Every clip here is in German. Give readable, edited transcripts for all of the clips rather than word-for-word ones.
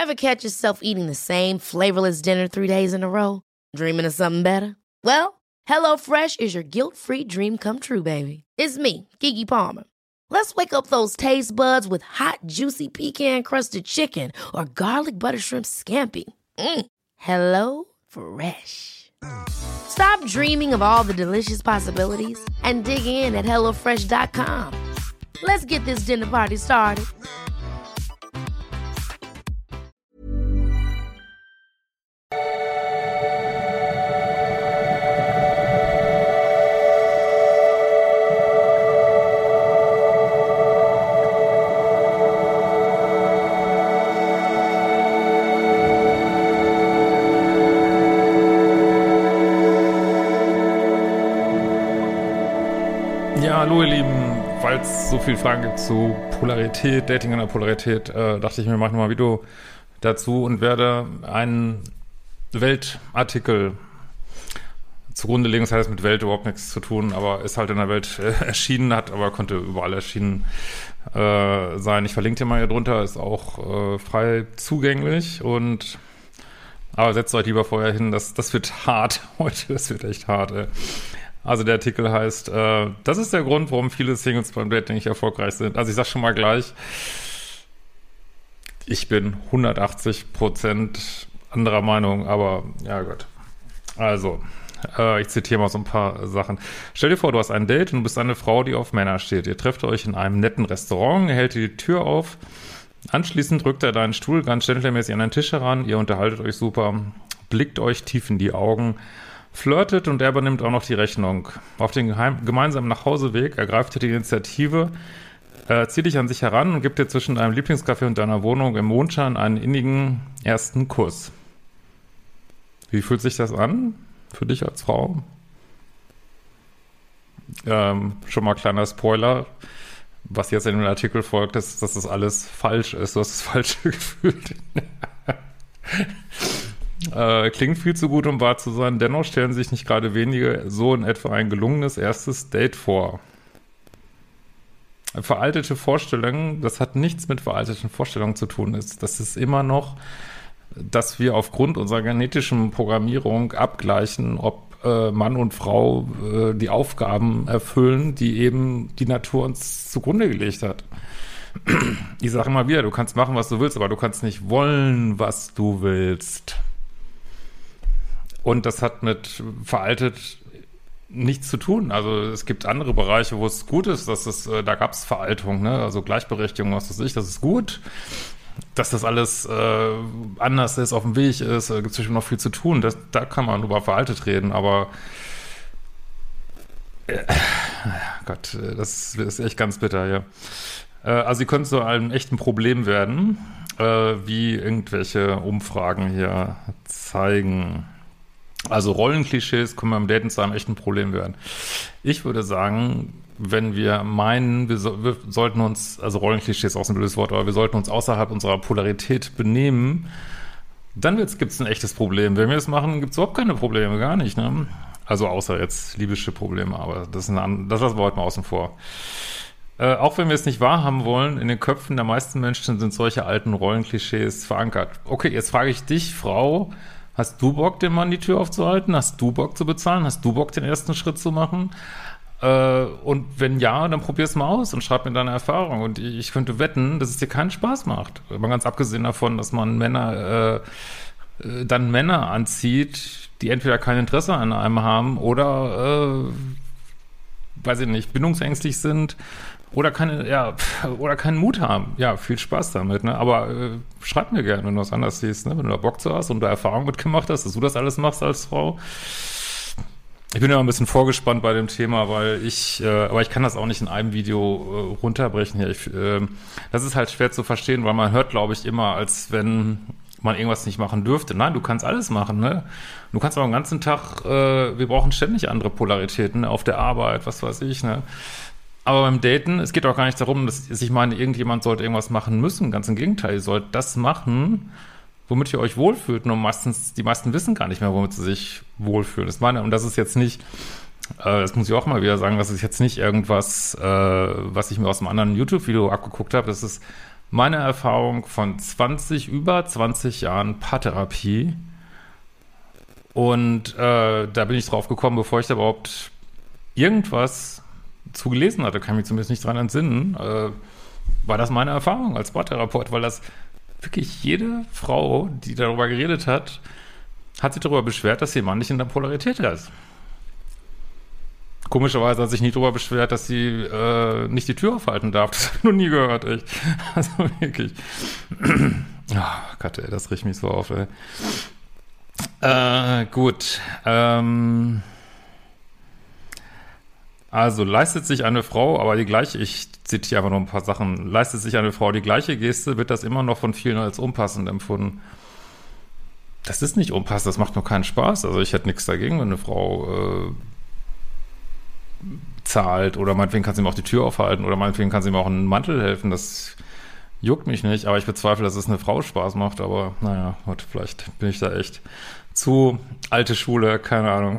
Ever catch yourself eating the same flavorless dinner 3 days in a row? Dreaming of something better? Well, HelloFresh is your guilt-free dream come true, baby. It's me, Keke Palmer. Let's wake up those taste buds with hot, juicy pecan-crusted chicken or garlic butter shrimp scampi. Hello Fresh. Stop dreaming of all the delicious possibilities and dig in at HelloFresh.com. Let's get this dinner party started. Ja, hallo ihr Lieben, weil es so viele Fragen gibt zu Polarität, Dating in der Polarität, dachte ich mir, mache nochmal ein Video dazu und werde einen Weltartikel zugrunde legen. Das heißt, mit Welt überhaupt nichts zu tun, aber ist halt in der Welt erschienen, konnte überall erschienen sein. Ich verlinke dir mal hier drunter, ist auch frei zugänglich aber setzt euch lieber vorher hin, das wird hart heute, das wird echt hart, ey. Also der Artikel heißt, das ist der Grund, warum viele Singles beim Dating nicht erfolgreich sind. Also ich sag schon mal gleich, ich bin 180% anderer Meinung, aber ja Gott. Also, ich zitiere mal so ein paar Sachen. Stell dir vor, du hast ein Date und du bist eine Frau, die auf Männer steht. Ihr trefft euch in einem netten Restaurant, er hält dir die Tür auf. Anschließend drückt er deinen Stuhl ganz gentlemäßig an den Tisch heran. Ihr unterhaltet euch super, blickt euch tief in die Augen, flirtet und er übernimmt auch noch die Rechnung. Auf den gemeinsamen Nachhauseweg ergreift er die Initiative, zieht dich an sich heran und gibt dir zwischen deinem Lieblingscafé und deiner Wohnung im Mondschein einen innigen ersten Kuss. Wie fühlt sich das an für dich als Frau? Schon mal kleiner Spoiler, was jetzt in dem Artikel folgt, ist, dass das alles falsch ist. Du hast das Falsche gefühlt. Klingt viel zu gut, um wahr zu sein. Dennoch stellen sich nicht gerade wenige so in etwa ein gelungenes erstes Date vor. Veraltete Vorstellungen, das hat nichts mit veralteten Vorstellungen zu tun. Das ist immer noch, dass wir aufgrund unserer genetischen Programmierung abgleichen, ob Mann und Frau die Aufgaben erfüllen, die eben die Natur uns zugrunde gelegt hat. Ich sage immer wieder, du kannst machen, was du willst, aber du kannst nicht wollen, was du willst. Und das hat mit veraltet nichts zu tun. Also es gibt andere Bereiche, wo es gut ist, da gab es Veraltung, ne? Also Gleichberechtigung, was weiß ich, das ist gut. Dass das alles anders ist, auf dem Weg ist, gibt es bestimmt noch viel zu tun. Da kann man über veraltet reden, aber Gott, das ist echt ganz bitter, ja. Also sie können zu einem echten Problem werden, wie irgendwelche Umfragen hier zeigen. Also Rollenklischees können beim Daten zu einem echten Problem werden. Ich würde sagen, wenn wir meinen, wir sollten uns, also Rollenklischees ist auch so ein blödes Wort, aber wir sollten uns außerhalb unserer Polarität benehmen, dann gibt es ein echtes Problem. Wenn wir es machen, gibt es überhaupt keine Probleme, gar nicht, ne? Also außer jetzt liebische Probleme, aber das lassen wir heute mal außen vor. Auch wenn wir es nicht wahrhaben wollen, in den Köpfen der meisten Menschen sind solche alten Rollenklischees verankert. Okay, jetzt frage ich dich, Frau, hast du Bock, dem Mann die Tür aufzuhalten? Hast du Bock zu bezahlen? Hast du Bock, den ersten Schritt zu machen? Und wenn ja, dann probier's mal aus und schreib mir deine Erfahrung. Und ich könnte wetten, dass es dir keinen Spaß macht. Aber ganz abgesehen davon, dass man Männer anzieht, die entweder kein Interesse an einem haben oder, weiß ich nicht, bindungsängstlich sind oder keinen Mut haben. Ja, viel Spaß damit, ne? Aber schreib mir gerne, wenn du was anderes siehst, ne? Wenn du da Bock zu hast und da Erfahrung mitgemacht hast, dass du das alles machst als Frau. Ich bin ja ein bisschen vorgespannt bei dem Thema, weil aber ich kann das auch nicht in einem Video runterbrechen hier. Das ist halt schwer zu verstehen, weil man hört, glaube ich, immer, als wenn man irgendwas nicht machen dürfte. Nein, du kannst alles machen, ne? Du kannst auch den ganzen Tag, wir brauchen ständig andere Polaritäten, ne? Auf der Arbeit, was weiß ich, ne? Aber beim Daten, es geht auch gar nicht darum, dass ich meine, irgendjemand sollte irgendwas machen müssen. Ganz im Gegenteil, ihr sollt das machen, womit ihr euch wohlfühlt. Und die meisten wissen gar nicht mehr, womit sie sich wohlfühlen. Und das ist jetzt nicht, das muss ich auch mal wieder sagen, das ist jetzt nicht irgendwas, was ich mir aus einem anderen YouTube-Video abgeguckt habe. Das ist meine Erfahrung von über 20 Jahren Paartherapie. Und da bin ich drauf gekommen, bevor ich da überhaupt irgendwas zu gelesen hatte, kann ich mich zumindest nicht dran entsinnen, war das meine Erfahrung als Paartherapeut, weil das wirklich jede Frau, die darüber geredet hat, hat sich darüber beschwert, dass ihr Mann nicht in der Polarität ist. Komischerweise hat sich nie darüber beschwert, dass sie nicht die Tür aufhalten darf. Das habe ich noch nie gehört, echt. Also wirklich. Oh Gott, ey, das riecht mich so auf, ey. Gut. Also leistet sich eine Frau, aber die gleiche, ich zitiere einfach nur ein paar Sachen, leistet sich eine Frau die gleiche Geste, wird das immer noch von vielen als unpassend empfunden. Das ist nicht unpassend, das macht nur keinen Spaß. Also ich hätte nichts dagegen, wenn eine Frau zahlt oder meinetwegen kann sie mir auch die Tür aufhalten oder meinetwegen kann sie mir auch einen Mantel helfen. Das juckt mich nicht, aber ich bezweifle, dass es eine Frau Spaß macht. Aber naja, gut, vielleicht bin ich da echt zu alte Schule, keine Ahnung.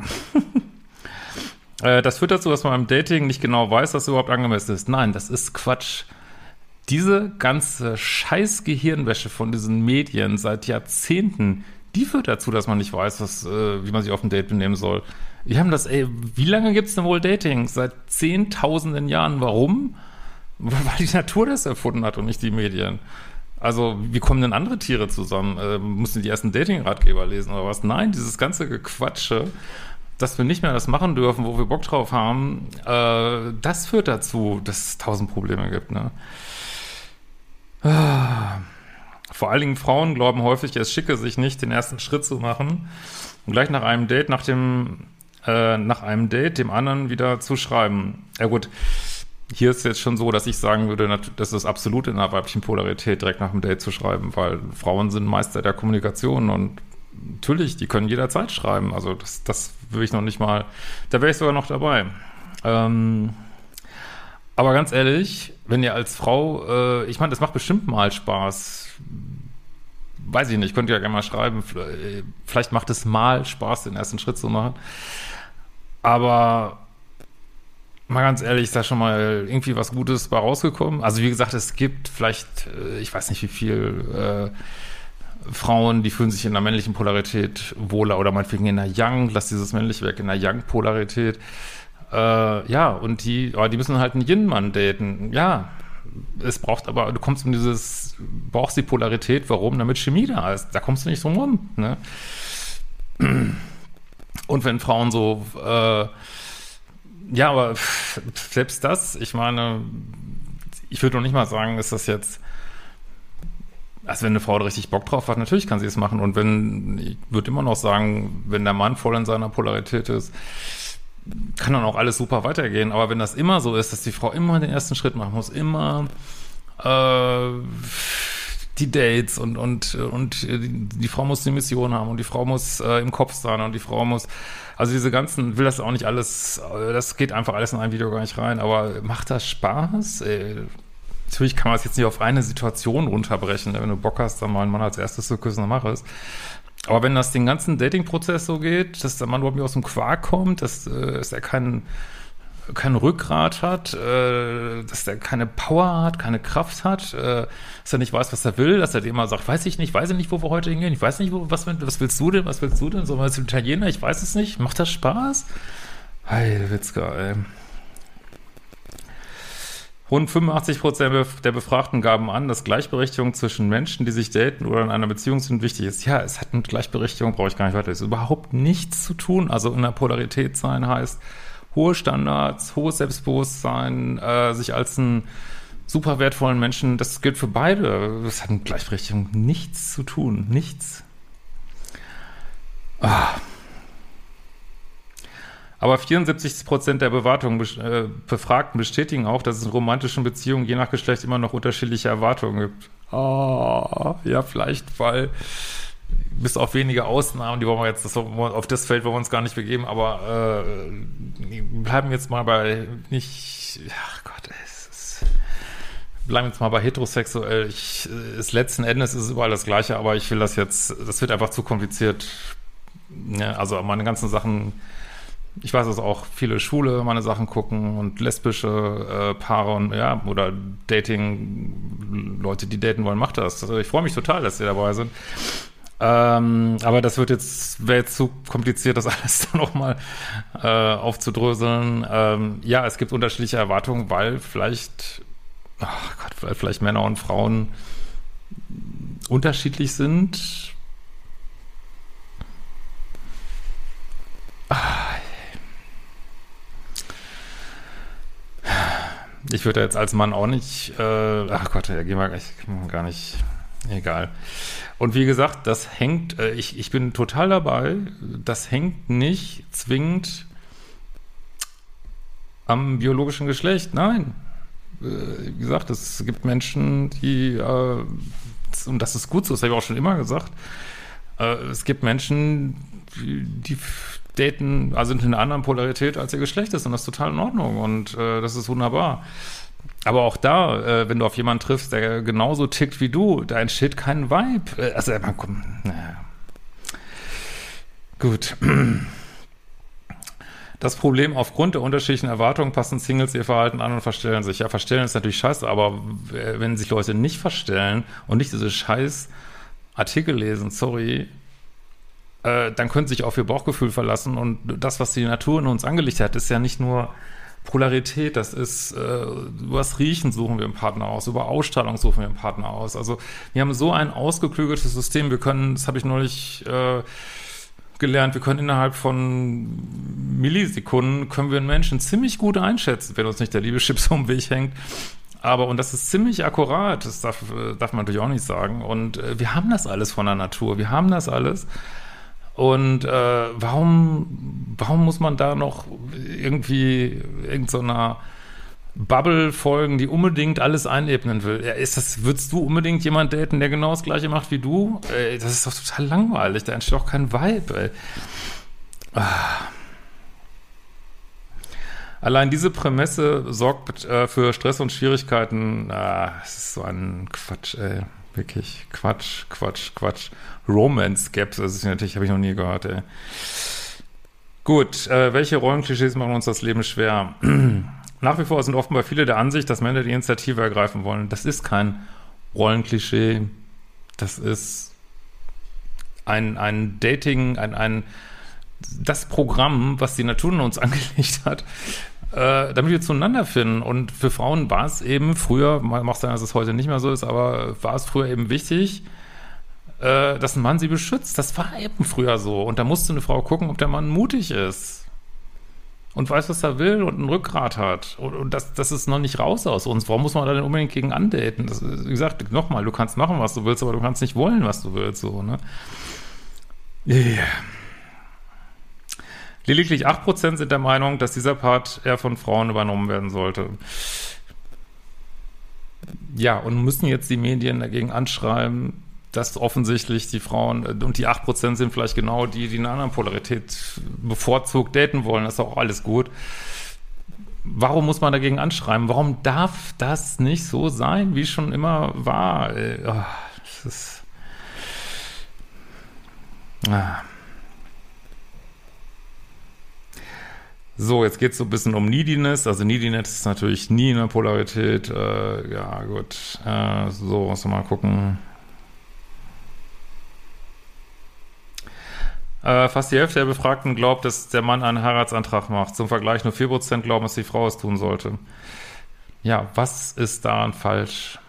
Das führt dazu, dass man beim Dating nicht genau weiß, was überhaupt angemessen ist. Nein, das ist Quatsch. Diese ganze scheiß Gehirnwäsche von diesen Medien seit Jahrzehnten, die führt dazu, dass man nicht weiß, wie man sich auf dem Date benehmen soll. Wir haben das, wie lange gibt's denn wohl Dating? Seit Zehntausenden Jahren. Warum? Weil die Natur das erfunden hat und nicht die Medien. Also, wie kommen denn andere Tiere zusammen? Müssen die ersten Dating-Ratgeber lesen oder was? Nein, dieses ganze Gequatsche, dass wir nicht mehr das machen dürfen, wo wir Bock drauf haben, das führt dazu, dass es 1000 Probleme gibt, ne? Vor allen Dingen Frauen glauben häufig, es schicke sich nicht, den ersten Schritt zu machen und gleich nach einem Date, dem anderen wieder zu schreiben. Ja gut, hier ist jetzt schon so, dass ich sagen würde, das ist absolut in der weiblichen Polarität, direkt nach dem Date zu schreiben, weil Frauen sind Meister der Kommunikation und natürlich, die können jederzeit schreiben. Also das will ich noch nicht mal, da wäre ich sogar noch dabei. Aber ganz ehrlich, wenn ihr als Frau, ich meine, das macht bestimmt mal Spaß. Weiß ich nicht, könnt ihr ja gerne mal schreiben. Vielleicht macht es mal Spaß, den ersten Schritt zu machen. Aber mal ganz ehrlich, ist da schon mal irgendwie was Gutes bei rausgekommen? Also wie gesagt, es gibt vielleicht, ich weiß nicht wie viel Frauen, die fühlen sich in der männlichen Polarität wohler oder meinetwegen in der Yang, lass dieses männliche weg, in der Yang-Polarität. Ja, und die müssen halt einen Yin-Mann daten. Ja, es braucht aber, du kommst brauchst die Polarität, warum? Damit Chemie da ist. Da kommst du nicht drum rum, ne? Und wenn Frauen so, ja, aber selbst das, ich meine, ich würde noch nicht mal sagen, ist das jetzt, also wenn eine Frau da richtig Bock drauf hat, natürlich kann sie es machen. Und ich würde immer noch sagen, wenn der Mann voll in seiner Polarität ist, kann dann auch alles super weitergehen. Aber wenn das immer so ist, dass die Frau immer den ersten Schritt machen muss, immer die Dates und die Frau muss die Mission haben und die Frau muss im Kopf sein und die Frau muss, also diese ganzen, will das auch nicht alles, das geht einfach alles in ein Video gar nicht rein, aber macht das Spaß? Natürlich kann man es jetzt nicht auf eine Situation runterbrechen. Wenn du Bock hast, dann mal einen Mann als erstes zu küssen, dann mach es. Aber wenn das den ganzen Dating-Prozess so geht, dass der Mann überhaupt nicht aus dem Quark kommt, dass er kein Rückgrat hat, dass er keine Power hat, keine Kraft hat, dass er nicht weiß, was er will, dass er dir immer sagt, weiß ich nicht, wo wir heute hingehen, ich weiß nicht, was willst du denn, so was Italiener, ich weiß es nicht, macht das Spaß? Hey, Witzka, ey. Rund 85% der Befragten gaben an, dass Gleichberechtigung zwischen Menschen, die sich daten oder in einer Beziehung sind, wichtig ist. Ja, es hat mit Gleichberechtigung, brauche ich gar nicht weiter, es ist überhaupt nichts zu tun. Also in der Polarität sein heißt hohe Standards, hohes Selbstbewusstsein, sich als einen super wertvollen Menschen, das gilt für beide. Das hat mit Gleichberechtigung nichts zu tun, nichts. Aber 74% der Befragten bestätigen auch, dass es in romantischen Beziehungen je nach Geschlecht immer noch unterschiedliche Erwartungen gibt. Ja, vielleicht, weil bis auf wenige Ausnahmen, die wollen wir jetzt, auf das Feld wollen wir uns gar nicht begeben, aber bleiben jetzt mal bei bleiben jetzt mal bei heterosexuell. Letzten Endes ist es überall das Gleiche, aber ich will das wird einfach zu kompliziert. Ja, also meine ganzen Sachen ich weiß, dass auch viele Schwule meine Sachen gucken und lesbische Paare und ja, oder Dating, Leute, die daten wollen, macht das. Also ich freue mich total, dass sie dabei sind. Aber das wäre jetzt zu kompliziert, das alles dann nochmal aufzudröseln. Ja, es gibt unterschiedliche Erwartungen, weil vielleicht Männer und Frauen unterschiedlich sind. Ich würde jetzt als Mann auch nicht, ach Gott, ja, gehen wir gar nicht, egal. Und wie gesagt, das hängt, ich bin total dabei, das hängt nicht zwingend am biologischen Geschlecht, nein. Wie gesagt, es gibt Menschen, die, und das ist gut so, das habe ich auch schon immer gesagt, es gibt Menschen, die daten, also in einer anderen Polarität als ihr Geschlecht ist und das ist total in Ordnung und das ist wunderbar. Aber auch da, wenn du auf jemanden triffst, der genauso tickt wie du, da entsteht kein Vibe. Also, naja. Gut. Das Problem, aufgrund der unterschiedlichen Erwartungen passen Singles ihr Verhalten an und verstellen sich. Ja, verstellen ist natürlich scheiße, aber wenn sich Leute nicht verstellen und nicht diese scheiß Artikel lesen, sorry, dann können sie sich auf ihr Bauchgefühl verlassen und das, was die Natur in uns angelegt hat, ist ja nicht nur Polarität, das ist, übers Riechen suchen wir einen Partner aus, über Ausstrahlung suchen wir einen Partner aus. Also wir haben so ein ausgeklügeltes System, wir können, das habe ich neulich gelernt, wir können innerhalb von Millisekunden, können wir einen Menschen ziemlich gut einschätzen, wenn uns nicht der Liebeschips um den Weg hängt. Aber, und das ist ziemlich akkurat, das darf man natürlich auch nicht sagen. Und wir haben das alles von der Natur, wir haben das alles. Und warum muss man da noch irgendwie irgendeiner Bubble folgen, die unbedingt alles einebnen will? Ja, würdest du unbedingt jemanden daten, der genau das Gleiche macht wie du? Das ist doch total langweilig, da entsteht auch kein Vibe, ey. Allein diese Prämisse sorgt für Stress und Schwierigkeiten. Das ist so ein Quatsch, ey. Wirklich Quatsch. Romance-Skepsis, natürlich habe ich noch nie gehört, ey. Gut, welche Rollenklischees machen uns das Leben schwer? Nach wie vor sind offenbar viele der Ansicht, dass Männer die Initiative ergreifen wollen. Das ist kein Rollenklischee. Das ist ein Dating, das Programm, was die Natur in uns angelegt hat, damit wir zueinander finden. Und für Frauen war es eben früher, mag sein, dass es heute nicht mehr so ist, aber war es früher eben wichtig, dass ein Mann sie beschützt. Das war eben früher so. Und da musste eine Frau gucken, ob der Mann mutig ist und weiß, was er will und ein Rückgrat hat. Und das ist noch nicht raus aus uns. Warum muss man da denn unbedingt gegen andaten? Wie gesagt, nochmal, du kannst machen, was du willst, aber du kannst nicht wollen, was du willst. So, ne? Yeah. Lediglich 8% sind der Meinung, dass dieser Part eher von Frauen übernommen werden sollte. Ja, und müssen jetzt die Medien dagegen anschreiben, dass offensichtlich die Frauen, und die 8% sind vielleicht genau die in einer anderen Polarität bevorzugt daten wollen, das ist auch alles gut. Warum muss man dagegen anschreiben? Warum darf das nicht so sein, wie es schon immer war? Das ist... So, jetzt geht es so ein bisschen um Neediness. Also Neediness ist natürlich nie in der Polarität. Ja, gut. So, muss mal gucken. Fast die Hälfte der Befragten glaubt, dass der Mann einen Heiratsantrag macht. Zum Vergleich nur 4% glauben, dass die Frau es tun sollte. Ja, was ist daran falsch?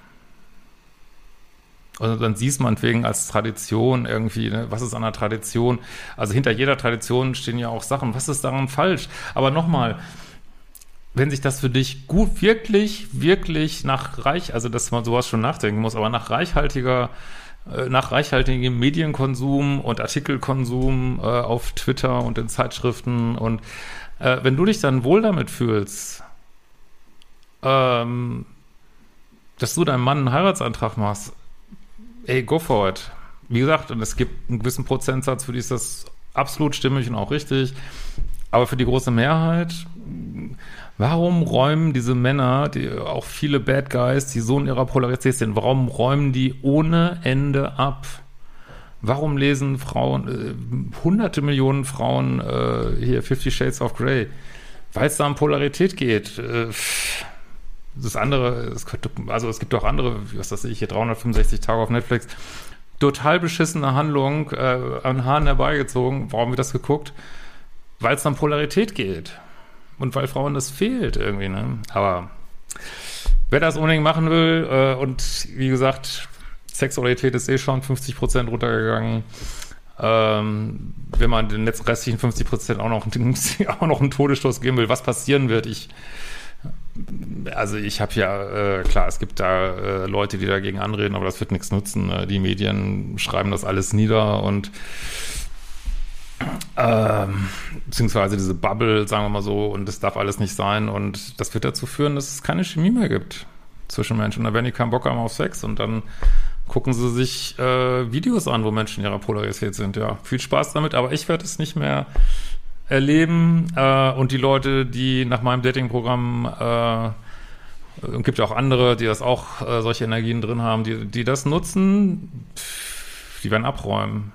Und dann siehst man wegen als Tradition irgendwie, ne? Was ist an der Tradition? Also hinter jeder Tradition stehen ja auch Sachen. Was ist daran falsch? Aber nochmal, wenn sich das für dich gut, wirklich also dass man sowas schon nachdenken muss, aber nach reichhaltigem Medienkonsum und Artikelkonsum auf Twitter und in Zeitschriften und wenn du dich dann wohl damit fühlst, dass du deinem Mann einen Heiratsantrag machst, ey, go for it. Wie gesagt, und es gibt einen gewissen Prozentsatz, für die ist das absolut stimmig und auch richtig. Aber für die große Mehrheit, warum räumen diese Männer, die auch viele Bad Guys, die so in ihrer Polarität sind, warum räumen die ohne Ende ab? Warum lesen Frauen, hunderte Millionen Frauen hier 50 Shades of Grey? Weil es da um Polarität geht. Das andere, es gibt auch andere, was weiß ich, hier 365 Tage auf Netflix. Total beschissene Handlung, an Haaren herbeigezogen. Warum wird das geguckt? Weil es um Polarität geht. Und weil Frauen das fehlt irgendwie, ne? Aber wer das unbedingt machen will, und wie gesagt, Sexualität ist schon 50% runtergegangen. Wenn man den restlichen 50% auch noch einen Todesstoß geben will, was passieren wird, ich habe ja, klar, es gibt da Leute, die dagegen anreden, aber das wird nichts nutzen. Die Medien schreiben das alles nieder und beziehungsweise diese Bubble, sagen wir mal so, und das darf alles nicht sein und das wird dazu führen, dass es keine Chemie mehr gibt zwischen Menschen. Und dann werden die keinen Bock haben auf Sex und dann gucken sie sich Videos an, wo Menschen in ihrer Polarität sind. Ja, viel Spaß damit, aber ich werde es nicht mehr erleben. Und die Leute, die nach meinem Datingprogramm, gibt ja auch andere, die das auch solche Energien drin haben, die das nutzen, die werden abräumen.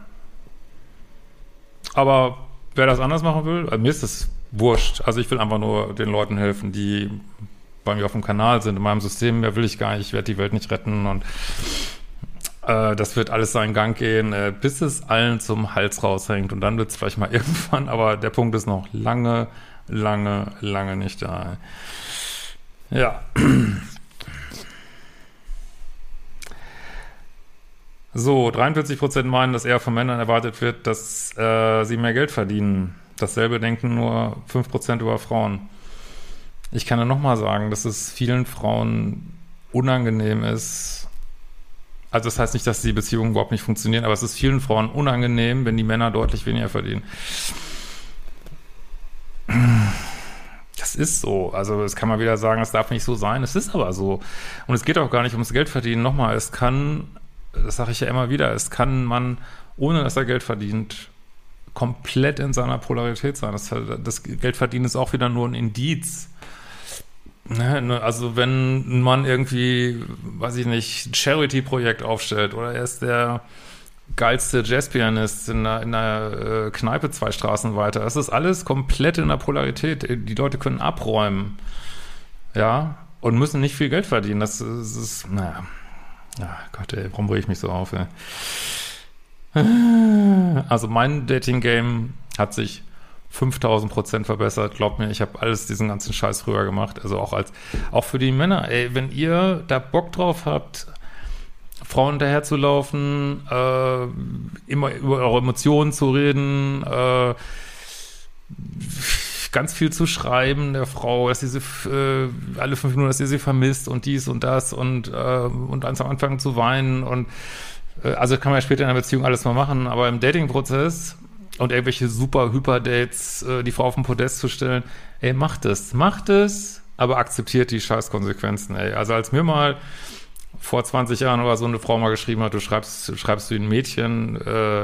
Aber wer das anders machen will, mir ist das wurscht. Also ich will einfach nur den Leuten helfen, die bei mir auf dem Kanal sind. In meinem System, mehr will ich gar nicht. Ich werde die Welt nicht retten und das wird alles seinen Gang gehen, bis es allen zum Hals raushängt. Und dann wird es vielleicht mal irgendwann, aber der Punkt ist noch lange, lange, lange nicht da. Ja. So, 43% meinen, dass eher von Männern erwartet wird, dass sie mehr Geld verdienen. Dasselbe denken nur 5% über Frauen. Ich kann ja nochmal sagen, dass es vielen Frauen unangenehm ist. Also das heißt nicht, dass die Beziehungen überhaupt nicht funktionieren, aber es ist vielen Frauen unangenehm, wenn die Männer deutlich weniger verdienen. Das ist so. Also das kann man wieder sagen, es darf nicht so sein. Es ist aber so. Und es geht auch gar nicht ums Geld verdienen. Nochmal, das sage ich ja immer wieder, es kann man, ohne dass er Geld verdient, komplett in seiner Polarität sein. Das Geldverdienen ist auch wieder nur ein Indiz. Also wenn ein Mann irgendwie, weiß ich nicht, ein Charity-Projekt aufstellt oder er ist der geilste Jazzpianist in einer Kneipe 2 Straßen weiter, das ist alles komplett in der Polarität. Die Leute können abräumen, ja, und müssen nicht viel Geld verdienen. Das ist naja, ja, Gott, ey, warum rege ich mich so auf, ey? Also mein Dating-Game hat sich 5000% verbessert. Glaubt mir, ich habe alles diesen ganzen Scheiß früher gemacht. Also auch für die Männer. Ey, wenn ihr da Bock drauf habt, Frauen hinterherzulaufen, immer über eure Emotionen zu reden, ganz viel zu schreiben der Frau, dass sie alle 5 Minuten, dass ihr sie vermisst und dies und das und ganz am Anfang zu weinen und also kann man ja später in einer Beziehung alles mal machen, aber im Dating-Prozess und irgendwelche super Hyper-Dates, die Frau auf den Podest zu stellen, ey, macht es, aber akzeptiert die Scheißkonsequenzen, ey. Also als mir mal vor 20 Jahren oder so eine Frau mal geschrieben hat, du schreibst wie ein Mädchen,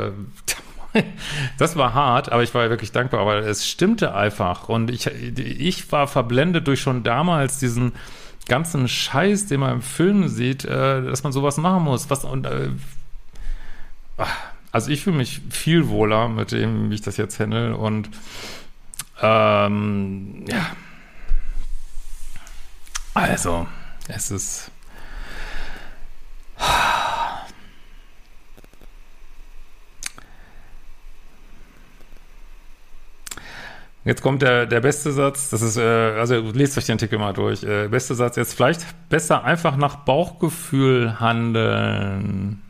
das war hart, aber ich war wirklich dankbar, weil es stimmte einfach und ich war verblendet durch schon damals diesen ganzen Scheiß, den man im Film sieht, dass man sowas machen muss. Also ich fühle mich viel wohler mit dem, wie ich das jetzt handle und ja. Also, es ist jetzt kommt der beste Satz, das ist, also lest euch den Artikel mal durch. Beste Satz, jetzt vielleicht besser einfach nach Bauchgefühl handeln.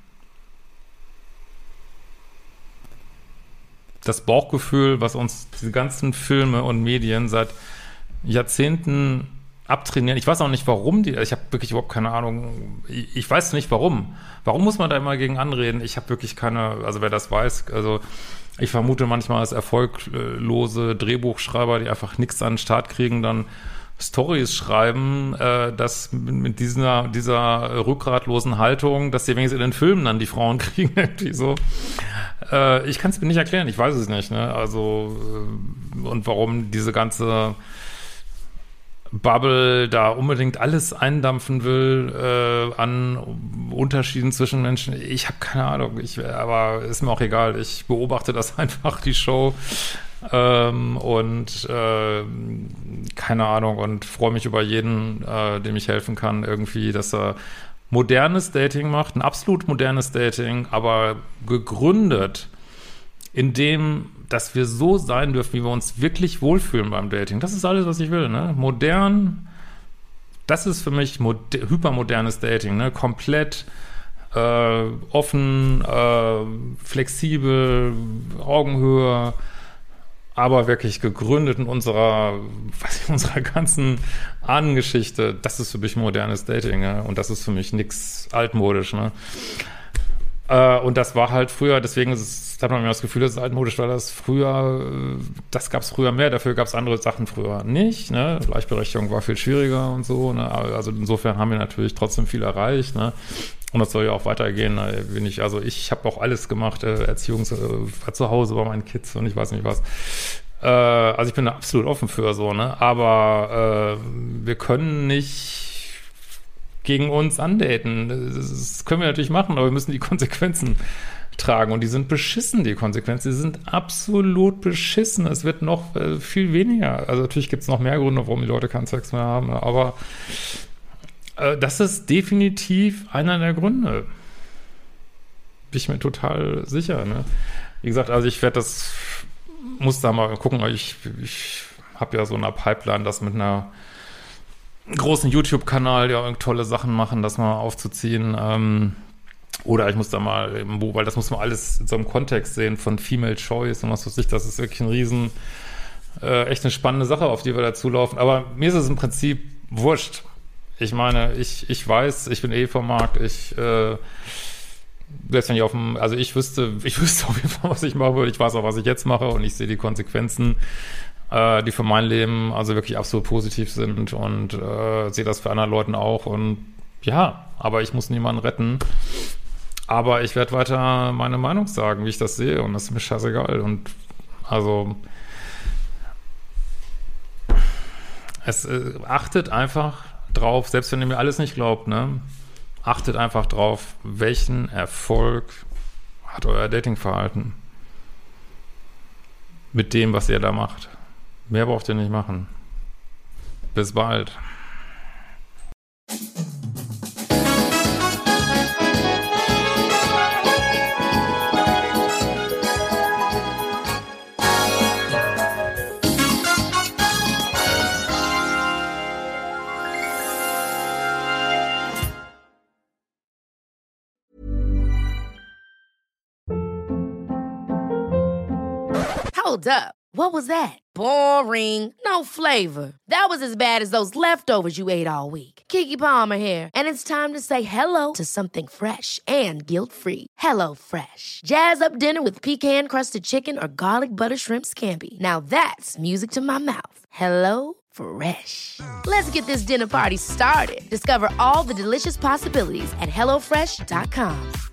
Das Bauchgefühl, was uns diese ganzen Filme und Medien seit Jahrzehnten abtrainieren. Ich weiß auch nicht, warum ich habe wirklich überhaupt keine Ahnung. Ich weiß nicht, warum. Warum muss man da immer gegen anreden? Ich habe wirklich also wer das weiß, also ich vermute manchmal, dass erfolglose Drehbuchschreiber, die einfach nichts an den Start kriegen, dann Storys schreiben, dass mit dieser rückgratlosen Haltung, dass sie wenigstens in den Filmen dann die Frauen kriegen, irgendwie so. Ich kann es mir nicht erklären, ich weiß es nicht, ne? Also, und warum diese ganze Bubble da unbedingt alles eindampfen will an Unterschieden zwischen Menschen. Ich habe keine Ahnung, aber ist mir auch egal. Ich beobachte das einfach, die Show, und keine Ahnung, und freue mich über jeden, dem ich helfen kann, irgendwie, dass er modernes Dating macht, ein absolut modernes Dating, aber gegründet in dem, dass wir so sein dürfen, wie wir uns wirklich wohlfühlen beim Dating. Das ist alles, was ich will, ne? Modern, das ist für mich hypermodernes Dating, ne? Komplett offen, flexibel, Augenhöhe, aber wirklich gegründet in unserer ganzen Ahnengeschichte. Das ist für mich modernes Dating, ne? Und das ist für mich nix altmodisch, ne? Und das war halt früher, deswegen hat man mir das Gefühl, das ist altmodisch, weil das gab es früher mehr, dafür gab es andere Sachen früher nicht, ne? Gleichberechtigung war viel schwieriger und so, ne? Also insofern haben wir natürlich trotzdem viel erreicht, ne? Und das soll ja auch weitergehen, ne? Ich habe auch alles gemacht, Erziehung war zu Hause bei meinen Kids und ich weiß nicht was. Also ich bin da absolut offen für so, ne? Aber wir können nicht gegen uns andaten. Das können wir natürlich machen, aber wir müssen die Konsequenzen tragen. Und die sind beschissen, die Konsequenzen. Die sind absolut beschissen. Es wird noch viel weniger. Also natürlich gibt es noch mehr Gründe, warum die Leute keinen Sex mehr haben. Aber das ist definitiv einer der Gründe. Bin ich mir total sicher. Ne? Wie gesagt, also muss da mal gucken. Ich habe ja so eine Pipeline, das mit einer großen YouTube-Kanal, der tolle Sachen machen, das mal aufzuziehen. Oder ich muss da mal, weil das muss man alles in so einem Kontext sehen von Female Choice und was weiß ich, das ist wirklich ein echt eine spannende Sache, auf die wir da zulaufen. Aber mir ist es im Prinzip wurscht. Ich meine, ich weiß, ich bin vom Markt, ich wüsste auf jeden Fall, was ich machen würde. Ich weiß auch, was ich jetzt mache und ich sehe die Konsequenzen, die für mein Leben also wirklich absolut positiv sind und sehe das für anderen Leuten auch und ja, aber ich muss niemanden retten. Aber ich werde weiter meine Meinung sagen, wie ich das sehe und das ist mir scheißegal und also achtet einfach drauf, selbst wenn ihr mir alles nicht glaubt, ne? Achtet einfach drauf, welchen Erfolg hat euer Datingverhalten mit dem, was ihr da macht. Mehr braucht ihr nicht machen. Bis bald. Hold up. What was that? Boring. No flavor. That was as bad as those leftovers you ate all week. Keke Palmer here, and it's time to say hello to something fresh and guilt-free. HelloFresh. Jazz up dinner with pecan-crusted chicken or garlic butter shrimp scampi. Now that's music to my mouth. HelloFresh. Let's get this dinner party started. Discover all the delicious possibilities at HelloFresh.com.